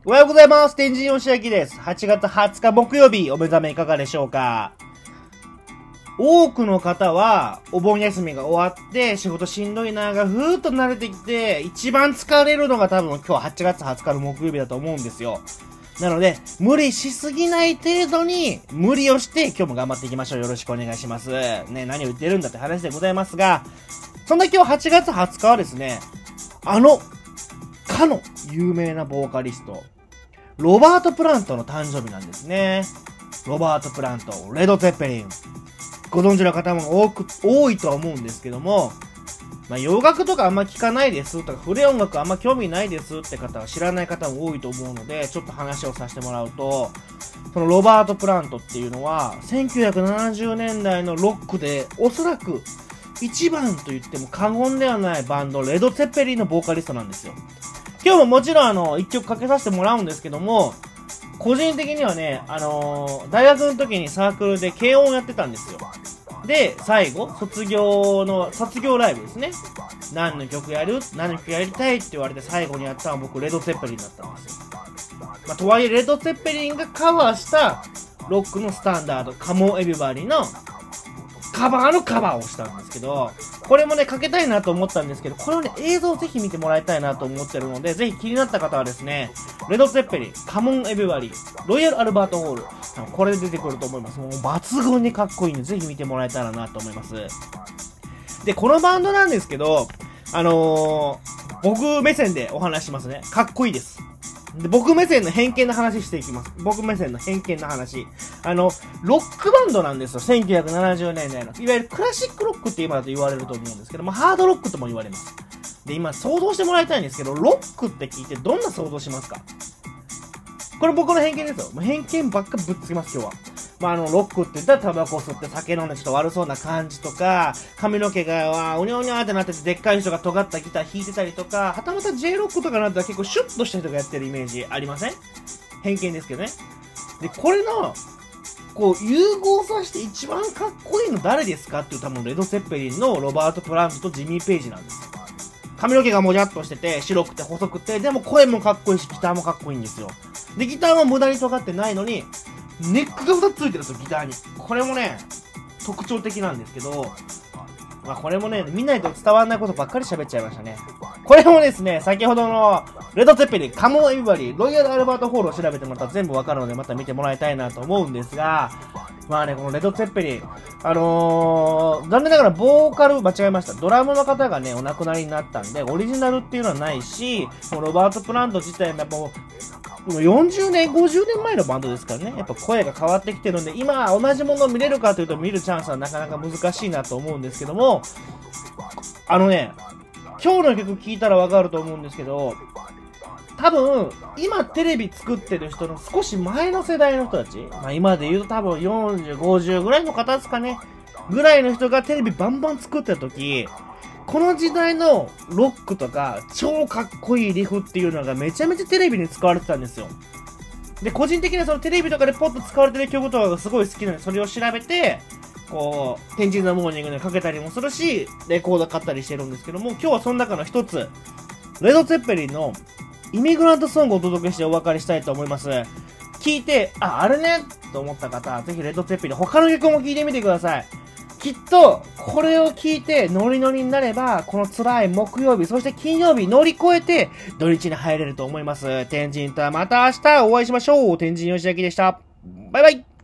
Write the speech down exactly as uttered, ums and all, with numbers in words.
おはようございます。天神よしあきです。はちがつはつか木曜日、お目覚めいかがでしょうか。多くの方は、お盆休みが終わって、仕事しんどいなが、ふーっと慣れてきて、一番疲れるのが多分今日はちがつはつかの木曜日だと思うんですよ。なので、無理しすぎない程度に、無理をして、今日も頑張っていきましょう。よろしくお願いします。ね、何を言ってるんだって話でございますが、そんな今日はちがつはつかはですね、あの、かの有名なボーカリスト、ロバート・プラントの誕生日なんですね。ロバート・プラント、レド・ツェッペリン。ご存知の方も多く、多いとは思うんですけども、まあ、洋楽とかあんま聞かないですとか、古い音楽あんま興味ないですって方は知らない方も多いと思うので、ちょっと話をさせてもらうと、そのロバート・プラントっていうのは、せんきゅうひゃくななじゅうねんだいのロックで、おそらく一番と言っても過言ではないバンド、レド・ツェッペリンのボーカリストなんですよ。今日ももちろんあの、一曲かけさせてもらうんですけども、個人的にはね、あのー、大学の時にサークルで軽音やってたんですよ。で、最後、卒業の、卒業ライブですね。何の曲やる何の曲やりたいって言われて最後にやったのは僕、レド・ツェッペリンだったんですよ。まあ、とはいえ、レド・ツェッペリンがカバーしたロックのスタンダード、カモン・エビバディのカバーのカバーをしたんですけど、これもね、かけたいなと思ったんですけど、これをね、映像をぜひ見てもらいたいなと思ってるので、ぜひ気になった方はですね、レド・ツェッペリン、カモン・エビバディ、ロイヤル・アルバート・ホール、これで出てくると思います。もう抜群にかっこいいんで、ぜひ見てもらえたらなと思います。で、このバンドなんですけど、あのー、僕目線でお話しますね。かっこいいです。で、僕目線の偏見の話していきます。僕目線の偏見の話。あの、ロックバンドなんですよ。せんきゅうひゃくななじゅうねんだいの。いわゆるクラシックロックって今だと言われると思うんですけども、ハードロックとも言われます。で、今想像してもらいたいんですけど、ロックって聞いてどんな想像しますか？これ僕の偏見ですよ。もう偏見ばっかぶっつけます、今日は。まあ、あの、ロックって言ったらタバコ吸って酒飲んでちょっと悪そうな感じとか、髪の毛が、わー、うにゃうにゃーってなってて、でっかい人が尖ったギター弾いてたりとか、はたまた J ロックとかなったら結構シュッとした人がやってるイメージありません？偏見ですけどね。で、これの、こう、融合させて一番かっこいいの誰ですかっていう多分レド・セッペリンのロバート・プラントとジミー・ペイジなんですよ。髪の毛がもじゃっとしてて、白くて細くて、でも声もかっこいいし、ギターもかっこいいんですよ。で、ギターも無駄に尖ってないのに、ネックがふたつついてるんですよ、ギターに。これもね、特徴的なんですけど、まあこれもね、見ないと伝わらないことばっかり喋っちゃいましたね。これもですね、先ほどのレド・ツェッペリン、カモン・エビバディ、ロイヤル・アルバート・ホールを調べてもらったら全部わかるので、また見てもらいたいなと思うんですが、まあね、このレド・ツェッペリン、あのー、残念ながらボーカル間違えました。ドラムの方がね、お亡くなりになったんで、オリジナルっていうのはないし、もうロバート・プラント自体もやっぱもう、もうよんじゅうねん、ごじゅうねんまえのバンドですからね。やっぱ声が変わってきてるんで、今同じものを見れるかというと見るチャンスはなかなか難しいなと思うんですけども、あのね、今日の曲聴いたらわかると思うんですけど、多分、今テレビ作ってる人の少し前の世代の人たち、まあ今で言うと多分よんじゅう、ごじゅうぐらいの方ですかね、ぐらいの人がテレビバンバン作ってた時、この時代のロックとか超かっこいいリフっていうのがめちゃめちゃテレビに使われてたんですよ。で、個人的にはそのテレビとかでポッと使われてる曲とかがすごい好きなので、それを調べて、こう、天神のモーニングでかけたりもするし、レコード買ったりしてるんですけども、今日はその中の一つ、レド・ツェッペリンのイミグラントソングをお届けしてお別れしたいと思います。聞いて、あ、あれねと思った方、ぜひレド・ツェッペリン他の曲も聞いてみてください。きっと、これを聞いてノリノリになれば、この辛い木曜日、そして金曜日乗り越えて、土日に入れると思います。天神とはまた明日お会いしましょう。天神よしあきでした。バイバイ。